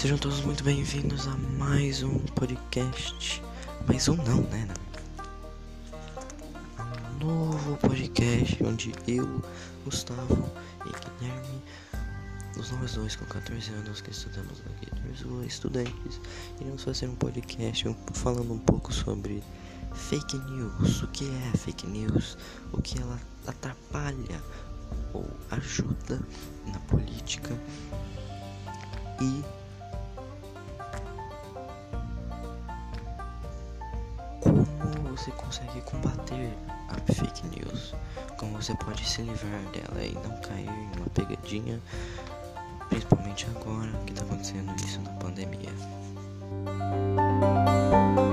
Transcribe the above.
Sejam todos muito bem-vindos a mais um podcast. Mais um não, né? Um novo podcast onde eu, Gustavo e Guilherme, nós dois com 14 anos que estudamos aqui, estudantes, iremos fazer um podcast falando um pouco sobre fake news. O que é fake news? O que ela atrapalha ou ajuda na política e como você consegue combater a fake news, como você pode se livrar dela e não cair em uma pegadinha, principalmente agora que está acontecendo isso na pandemia.